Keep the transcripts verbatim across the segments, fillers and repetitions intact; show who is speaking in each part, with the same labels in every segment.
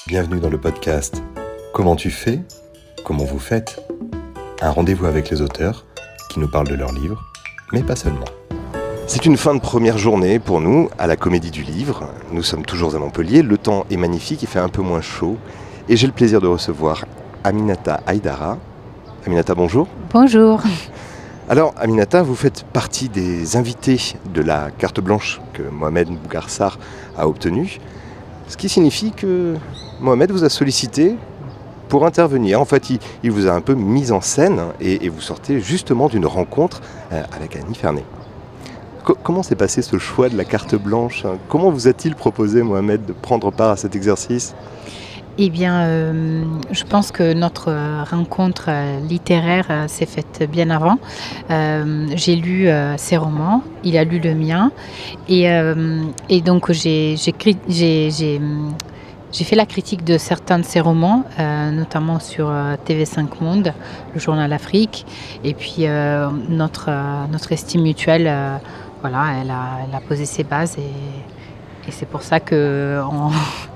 Speaker 1: Bienvenue dans le podcast Comment tu fais ? Comment vous faites ? Un rendez-vous avec les auteurs qui nous parlent de leurs livres, mais pas seulement. C'est une fin de première journée pour nous à la Comédie du Livre. Nous sommes toujours à Montpellier, le temps est magnifique, il fait un peu moins chaud et j'ai le plaisir de recevoir Aminata Haïdara. Aminata, bonjour.
Speaker 2: Bonjour.
Speaker 1: Alors Aminata, vous faites partie des invités de la carte blanche que Mohamed Mbougarsar a obtenue, ce qui signifie que Mohamed vous a sollicité pour intervenir. En fait, il, il vous a un peu mis en scène et, et vous sortez justement d'une rencontre euh, avec Annie Fernet. Co- comment s'est passé ce choix de la carte blanche ? Comment vous a-t-il proposé, Mohamed, de prendre part à cet exercice ?
Speaker 2: Eh bien, euh, je pense que notre euh, rencontre euh, littéraire euh, s'est faite bien avant. Euh, j'ai lu euh, ses romans, il a lu le mien, et, euh, et donc j'ai, j'ai, cri- j'ai, j'ai, j'ai fait la critique de certains de ses romans, euh, notamment sur euh, T V cinq Monde, le journal Afrique, et puis euh, notre, euh, notre estime mutuelle, euh, voilà, elle a, elle a posé ses bases, et, et c'est pour ça que on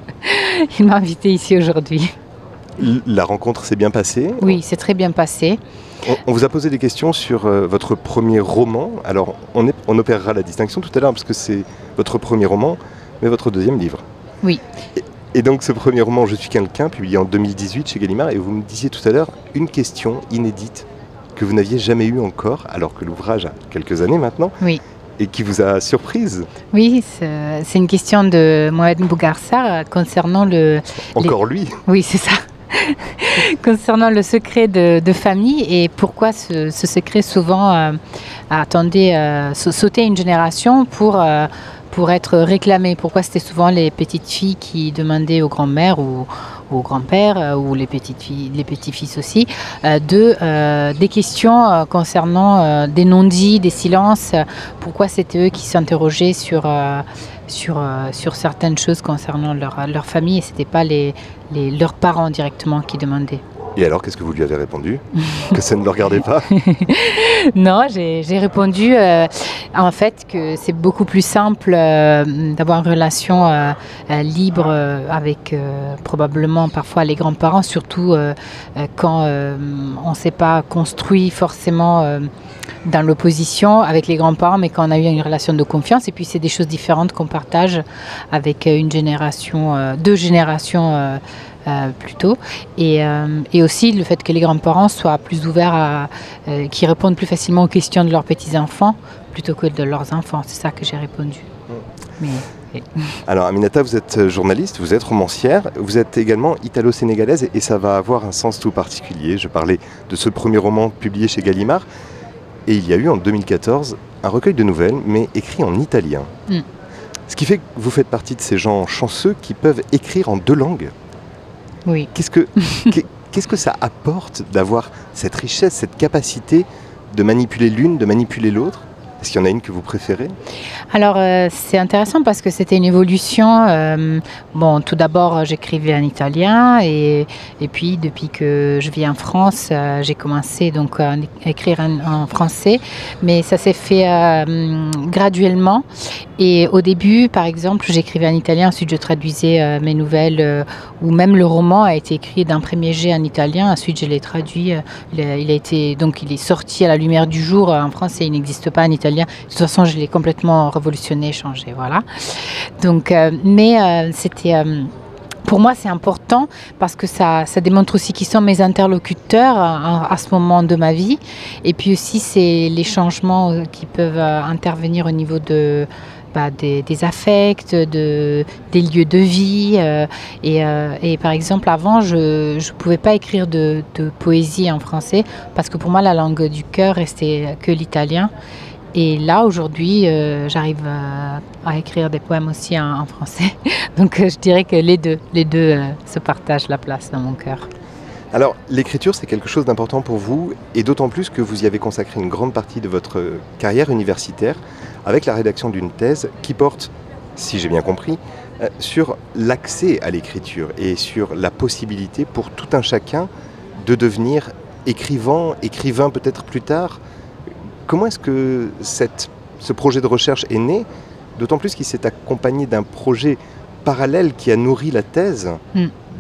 Speaker 2: il m'a invité ici aujourd'hui.
Speaker 1: La rencontre s'est bien passée ?
Speaker 2: Oui, c'est très bien passé.
Speaker 1: On, on vous a posé des questions sur euh, votre premier roman. Alors, on, est, on opérera la distinction tout à l'heure parce que c'est votre premier roman, mais votre deuxième livre.
Speaker 2: Oui.
Speaker 1: Et, et donc, ce premier roman, Je suis quelqu'un, publié en deux mille dix-huit chez Gallimard, et vous me disiez tout à l'heure une question inédite que vous n'aviez jamais eue encore, alors que l'ouvrage a quelques années maintenant.
Speaker 2: Oui.
Speaker 1: Et qui vous a surprise.
Speaker 2: Oui, c'est, c'est une question de Mohamed Mbougarsar concernant le...
Speaker 1: Encore
Speaker 2: les...
Speaker 1: lui.
Speaker 2: Oui, c'est ça. Concernant le secret de, de famille et pourquoi ce, ce secret souvent euh, attendait euh, sauter une génération pour, euh, pour être réclamé. Pourquoi c'était souvent les petites filles qui demandaient aux grands-mères ou aux grands-pères euh, ou les petites filles, les petits-fils aussi, euh, de, euh, des questions euh, concernant euh, des non-dits, des silences. Euh, pourquoi c'était eux qui s'interrogeaient sur, euh, sur, euh, sur certaines choses concernant leur, leur famille et ce n'était pas les, les, leurs parents directement qui demandaient.
Speaker 1: Et alors, qu'est-ce que vous lui avez répondu ? Que ça ne le regardait pas ?
Speaker 2: Non, j'ai, j'ai répondu euh, en fait que c'est beaucoup plus simple euh, d'avoir une relation euh, euh, libre euh, avec euh, probablement parfois les grands-parents, surtout euh, euh, quand euh, on ne s'est pas construit forcément euh, dans l'opposition avec les grands-parents, mais quand on a eu une relation de confiance. Et puis c'est des choses différentes qu'on partage avec une génération, euh, deux générations euh, Euh, plutôt et, euh, et aussi le fait que les grands-parents soient plus ouverts à euh, qui répondent plus facilement aux questions de leurs petits-enfants plutôt que de leurs enfants, c'est ça que j'ai répondu. Mmh. Mais, et...
Speaker 1: Alors Aminata, vous êtes journaliste, vous êtes romancière, vous êtes également italo-sénégalaise et ça va avoir un sens tout particulier. Je parlais de ce premier roman publié chez Gallimard et il y a eu en deux mille quatorze un recueil de nouvelles mais écrit en italien. Mmh. Ce qui fait que vous faites partie de ces gens chanceux qui peuvent écrire en deux langues.
Speaker 2: Oui.
Speaker 1: Qu'est-ce que, qu'est-ce que ça apporte d'avoir cette richesse, cette capacité de manipuler l'une, de manipuler l'autre ? Est-ce qu'il y en a une que vous préférez ?
Speaker 2: Alors, euh, c'est intéressant parce que c'était une évolution. Euh, bon, tout d'abord, j'écrivais en italien et, et puis, depuis que je vis en France, euh, j'ai commencé donc à écrire en, en français. Mais ça s'est fait euh, graduellement. Et au début, par exemple, j'écrivais en italien, ensuite je traduisais euh, mes nouvelles, euh, ou même le roman a été écrit d'un premier jet en italien, ensuite je l'ai traduit. Euh, il, a, il a été, donc il est sorti à la lumière du jour euh, en français, il n'existe pas en italien. De toute façon, je l'ai complètement révolutionné, changé, voilà. Donc, euh, mais euh, c'était... Euh, Pour moi, c'est important parce que ça, ça démontre aussi qui sont mes interlocuteurs à, à ce moment de ma vie. Et puis aussi, c'est les changements qui peuvent intervenir au niveau de, bah, des, des affects, de, des lieux de vie. Euh, et, euh, et par exemple, avant, je ne pouvais pas écrire de, de poésie en français parce que pour moi, la langue du cœur restait que l'italien. Et là, aujourd'hui, euh, j'arrive à, à écrire des poèmes aussi en, en français. Donc, euh, je dirais que les deux, les deux euh, se partagent la place dans mon cœur.
Speaker 1: Alors, l'écriture, c'est quelque chose d'important pour vous, et d'autant plus que vous y avez consacré une grande partie de votre carrière universitaire avec la rédaction d'une thèse qui porte, si j'ai bien compris, euh, sur l'accès à l'écriture et sur la possibilité pour tout un chacun de devenir écrivain, écrivain peut-être plus tard. Comment est-ce que cette, ce projet de recherche est né ? D'autant plus qu'il s'est accompagné d'un projet parallèle qui a nourri la thèse, mm.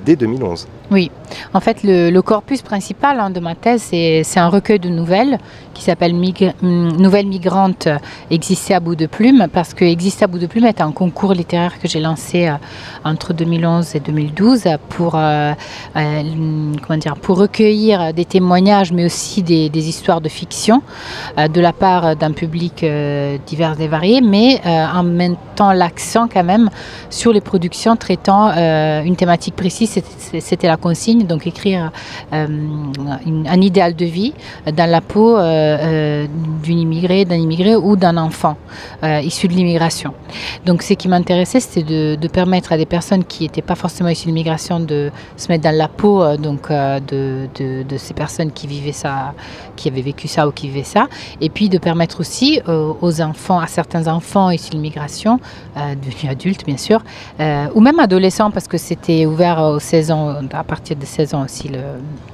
Speaker 1: dès deux mille onze.
Speaker 2: Oui, en fait, le, le corpus principal hein, de ma thèse, c'est, c'est un recueil de nouvelles qui s'appelle Mig- Nouvelles migrantes exister à bout de plume, parce que Exister à bout de plume est un concours littéraire que j'ai lancé euh, entre deux mille onze et deux mille douze pour, euh, euh, comment dire, pour recueillir des témoignages, mais aussi des, des histoires de fiction euh, de la part d'un public euh, divers et varié, mais euh, en mettant l'accent quand même sur les productions traitant euh, une thématique précise. C'était, c'était la consigne, donc écrire euh, une, un idéal de vie dans la peau euh, euh, d'une immigrée, d'un immigré ou d'un enfant euh, issu de l'immigration. Donc ce qui m'intéressait, c'était de, de permettre à des personnes qui n'étaient pas forcément issues de l'immigration de se mettre dans la peau euh, donc, euh, de, de, de ces personnes qui vivaient ça, qui avaient vécu ça ou qui vivaient ça, et puis de permettre aussi euh, aux enfants, à certains enfants issus de l'immigration, euh, devenus adultes bien sûr, euh, ou même adolescents, parce que c'était ouvert aux seize ans, à partir de seize ans aussi le,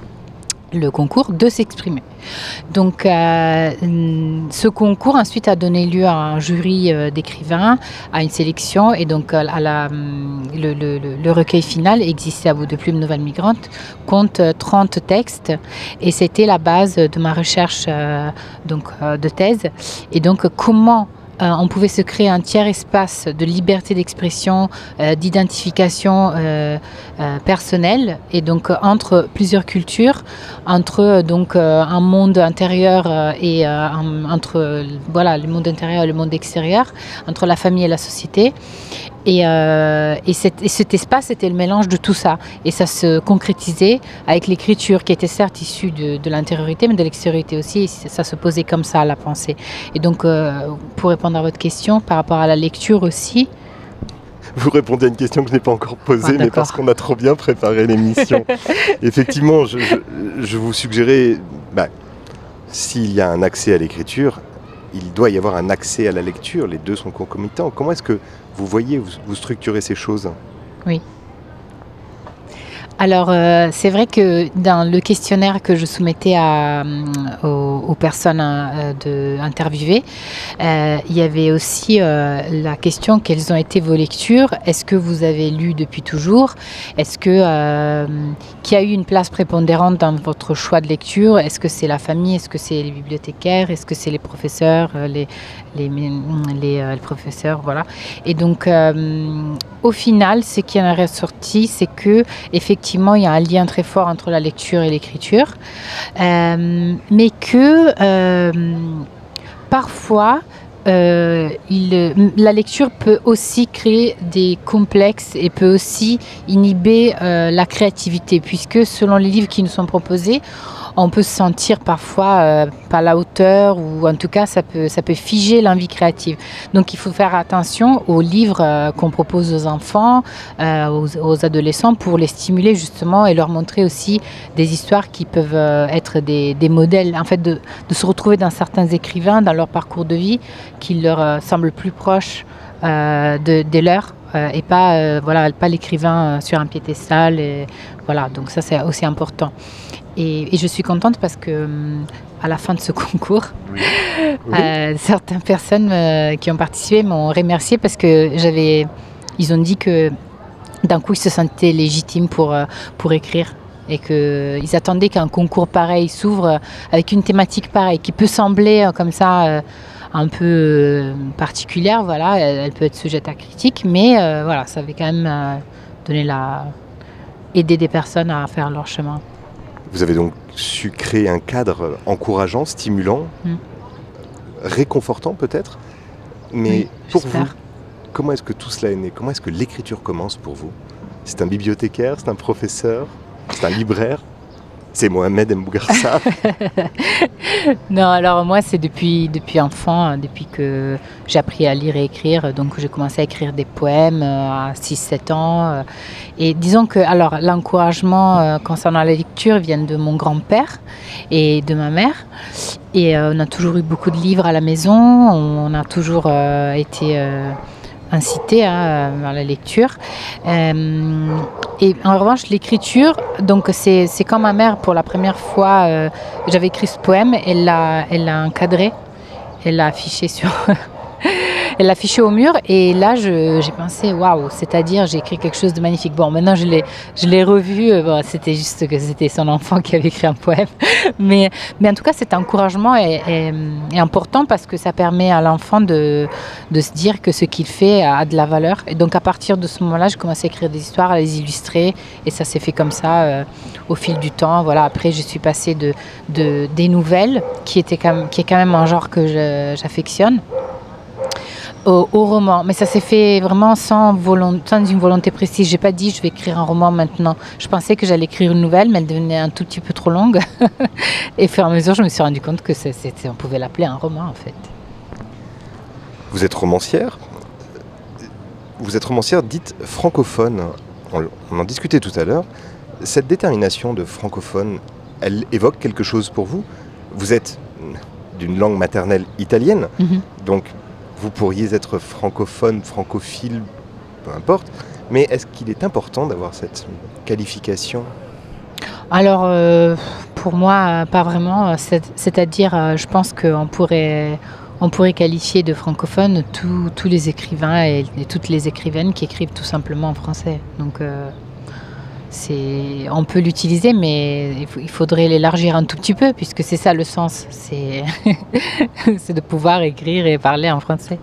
Speaker 2: le concours, de s'exprimer. Donc euh, ce concours ensuite a donné lieu à un jury euh, d'écrivains, à une sélection, et donc à la, le, le, le recueil final, Exister à bout de plume, Nouvelles migrantes, compte trente textes, et c'était la base de ma recherche euh, donc, euh, de thèse. Et donc comment Euh, on pouvait se créer un tiers espace de liberté d'expression, euh, d'identification euh, euh, personnelle, et donc euh, entre plusieurs cultures, entre euh, donc euh, un monde intérieur euh, et euh, un, entre euh, voilà le monde intérieur et le monde extérieur, entre la famille et la société. Et, euh, et, cet, et cet espace était le mélange de tout ça. Et ça se concrétisait avec l'écriture qui était certes issue de, de l'intériorité, mais de l'extériorité aussi. Et ça se posait comme ça à la pensée. Et donc, euh, pour répondre à votre question, par rapport à la lecture aussi...
Speaker 1: Vous répondez à une question que je n'ai pas encore posée, ah, mais parce qu'on a trop bien préparé l'émission. Effectivement, je, je, je vous suggérais, bah, s'il y a un accès à l'écriture, il doit y avoir un accès à la lecture. Les deux sont concomitants. Comment est-ce que vous voyez, vous, vous structurez ces choses ?
Speaker 2: Oui. Alors, euh, c'est vrai que dans le questionnaire que je soumettais à, aux, aux personnes euh, de, interviewées, euh, il y avait aussi euh, la question: quelles ont été vos lectures ? Est-ce que vous avez lu depuis toujours ? Est-ce que euh, qui a eu une place prépondérante dans votre choix de lecture ? Est-ce que c'est la famille ? Est-ce que c'est les bibliothécaires ? Est-ce que c'est les professeurs, les, les, les, euh, les professeurs, voilà. Et donc, euh, au final, ce qui en est ressorti, c'est que effectivement, il y a un lien très fort entre la lecture et l'écriture, euh, mais que euh, parfois, euh, il, la lecture peut aussi créer des complexes et peut aussi inhiber euh, la créativité, puisque selon les livres qui nous sont proposés, on peut se sentir parfois euh, pas à la hauteur, ou en tout cas ça peut, ça peut figer l'envie créative. Donc il faut faire attention aux livres euh, qu'on propose aux enfants, euh, aux, aux adolescents, pour les stimuler justement et leur montrer aussi des histoires qui peuvent euh, être des, des modèles, en fait de, de se retrouver dans certains écrivains, dans leur parcours de vie, qui leur euh, semblent plus proches euh, de, des leurs. Euh, et pas, euh, voilà, pas l'écrivain euh, sur un piédestal. Et, voilà, donc ça c'est aussi important. Et, et je suis contente parce que à la fin de ce concours, oui. Oui. Euh, certaines personnes euh, qui ont participé m'ont remercié parce que j'avais, ils ont dit que d'un coup ils se sentaient légitimes pour, euh, pour écrire. Et qu'ils attendaient qu'un concours pareil s'ouvre avec une thématique pareille, qui peut sembler euh, comme ça euh, un peu euh, particulière, voilà, elle, elle peut être sujette à critique, mais euh, voilà, ça avait quand même euh, donné la... aider des personnes à faire leur chemin.
Speaker 1: Vous avez donc su créer un cadre encourageant, stimulant, mm. réconfortant peut-être, mais oui, pour j'espère. Vous, comment est-ce que tout cela est né ? Comment est-ce que l'écriture commence pour vous ? C'est un bibliothécaire, c'est un professeur ? C'est un libraire ? C'est Mohamed Mbougarsar ?
Speaker 2: Non, alors moi c'est depuis, depuis enfant, depuis que j'ai appris à lire et écrire, donc j'ai commencé à écrire des poèmes à six sept ans. Et disons que alors, l'encouragement concernant la lecture vient de mon grand-père et de ma mère. Et euh, on a toujours eu beaucoup de livres à la maison, on a toujours euh, été... Euh, incité hein, à la lecture. Euh, et en revanche, l'écriture, donc c'est, c'est quand ma mère, pour la première fois, euh, j'avais écrit ce poème, elle l'a, elle l'a encadré, elle l'a affiché sur, Elle l'affichait au mur et là je, j'ai pensé waouh, c'est-à-dire j'ai écrit quelque chose de magnifique. Bon, maintenant je l'ai, je l'ai revu, euh, bon, c'était juste que c'était son enfant qui avait écrit un poème. Mais, mais en tout cas cet encouragement est, est, est important parce que ça permet à l'enfant de, de se dire que ce qu'il fait a de la valeur. Et donc à partir de ce moment-là, j'ai commencé à écrire des histoires, à les illustrer et ça s'est fait comme ça euh, au fil du temps. Voilà, après je suis passée de, de, des nouvelles, qui, était quand même, qui est quand même un genre que je, j'affectionne. Au, au roman, mais ça s'est fait vraiment sans, volont, sans une volonté précise. J'ai pas dit je vais écrire un roman maintenant. Je pensais que j'allais écrire une nouvelle, mais elle devenait un tout petit peu trop longue. Et au fur et à mesure, je me suis rendu compte que c'est, c'est, on pouvait l'appeler un roman en fait.
Speaker 1: Vous êtes romancière. Vous êtes romancière dite francophone. On, on en discutait tout à l'heure. Cette détermination de francophone, elle évoque quelque chose pour vous? Vous êtes d'une langue maternelle italienne, mm-hmm. donc vous pourriez être francophone, francophile, peu importe, mais est-ce qu'il est important d'avoir cette qualification?
Speaker 2: Alors, euh, pour moi, pas vraiment. C'est, c'est-à-dire, euh, je pense qu'on pourrait, on pourrait qualifier de francophone tous, tous les écrivains et, et toutes les écrivaines qui écrivent tout simplement en français. Donc, euh, c'est, on peut l'utiliser, mais il, faut, il faudrait l'élargir un tout petit peu, puisque c'est ça le sens. C'est, c'est de pouvoir écrire et parler en français.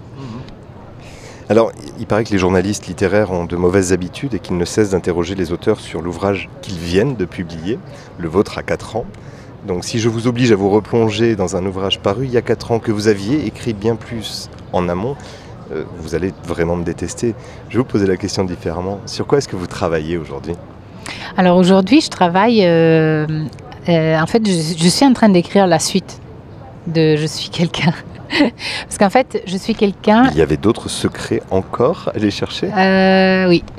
Speaker 1: Alors, il paraît que les journalistes littéraires ont de mauvaises habitudes et qu'ils ne cessent d'interroger les auteurs sur l'ouvrage qu'ils viennent de publier. Le vôtre a quatre ans. Donc si je vous oblige à vous replonger dans un ouvrage paru il y a quatre ans que vous aviez écrit bien plus en amont, euh, vous allez vraiment me détester. Je vais vous poser la question différemment. Sur quoi est-ce que vous travaillez aujourd'hui ?
Speaker 2: Alors aujourd'hui, je travaille... Euh, euh, en fait, je, je suis en train d'écrire la suite de « Je suis quelqu'un ». Parce qu'en fait, je suis quelqu'un...
Speaker 1: Il y avait d'autres secrets encore à aller chercher ?
Speaker 2: euh, Oui.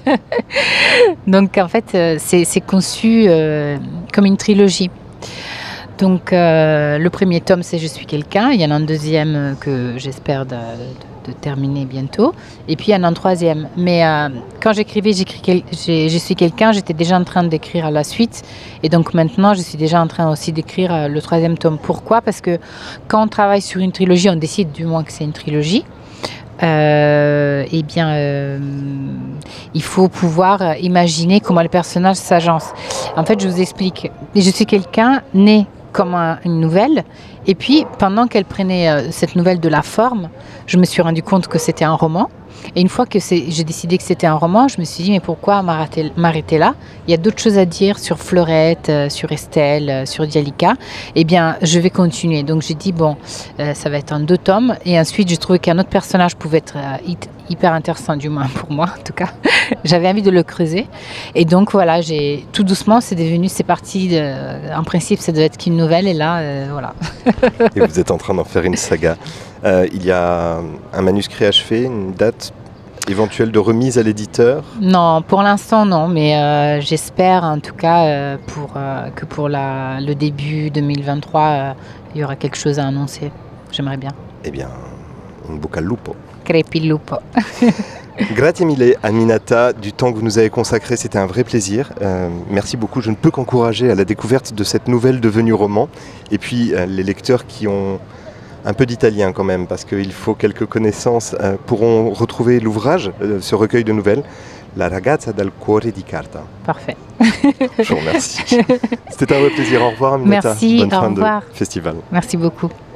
Speaker 2: Donc en fait, c'est, c'est conçu euh, comme une trilogie. Donc euh, le premier tome, c'est « Je suis quelqu'un ». Il y en a un deuxième que j'espère de, de, de terminer bientôt. Et puis il y en a un troisième. Mais euh, quand j'écrivais j'écris quel... j'ai, « Je suis quelqu'un », j'étais déjà en train d'écrire la suite. Et donc maintenant, je suis déjà en train aussi d'écrire le troisième tome. Pourquoi ? Parce que quand on travaille sur une trilogie, on décide du moins que c'est une trilogie. Euh, eh bien, euh, il faut pouvoir imaginer comment les personnages s'agencent. En fait, je vous explique. Je suis quelqu'un né comme un, une nouvelle, et puis pendant qu'elle prenait euh, cette nouvelle de la forme, je me suis rendu compte que c'était un roman. Et une fois que c'est, j'ai décidé que c'était un roman, je me suis dit mais pourquoi m'arrêter, m'arrêter là ? Il y a d'autres choses à dire sur Fleurette, euh, sur Estelle, euh, sur Dialika. Eh bien, je vais continuer. Donc j'ai dit bon, euh, ça va être en deux tomes. Et ensuite, j'ai trouvé qu'un autre personnage pouvait être euh, hyper intéressant, du moins pour moi en tout cas. J'avais envie de le creuser. Et donc voilà, j'ai tout doucement, c'est devenu, c'est parti. De, en principe, ça devait être qu'une nouvelle. Et là, euh, voilà.
Speaker 1: Et vous êtes en train d'en faire une saga. Euh, il y a un manuscrit achevé, une date éventuelle de remise à l'éditeur ?
Speaker 2: Non, pour l'instant non, mais euh, j'espère en tout cas euh, pour, euh, que pour la, le début deux mille vingt-trois, euh, il y aura quelque chose à annoncer. J'aimerais bien.
Speaker 1: Eh bien, in bocca al lupo.
Speaker 2: Crepi il lupo.
Speaker 1: Grazie mille, Aminata, du temps que vous nous avez consacré, c'était un vrai plaisir. Euh, merci beaucoup, je ne peux qu'encourager à la découverte de cette nouvelle devenue roman. Et puis, euh, les lecteurs qui ont un peu d'italien quand même, parce qu'il faut quelques connaissances, euh, pourront retrouver l'ouvrage, euh, ce recueil de nouvelles, La ragazza dal cuore di carta.
Speaker 2: Parfait.
Speaker 1: Je vous remercie. C'était un vrai plaisir. Au revoir, Aminata.
Speaker 2: Merci,
Speaker 1: Bonne
Speaker 2: au
Speaker 1: fin
Speaker 2: revoir.
Speaker 1: de festival.
Speaker 2: Merci beaucoup.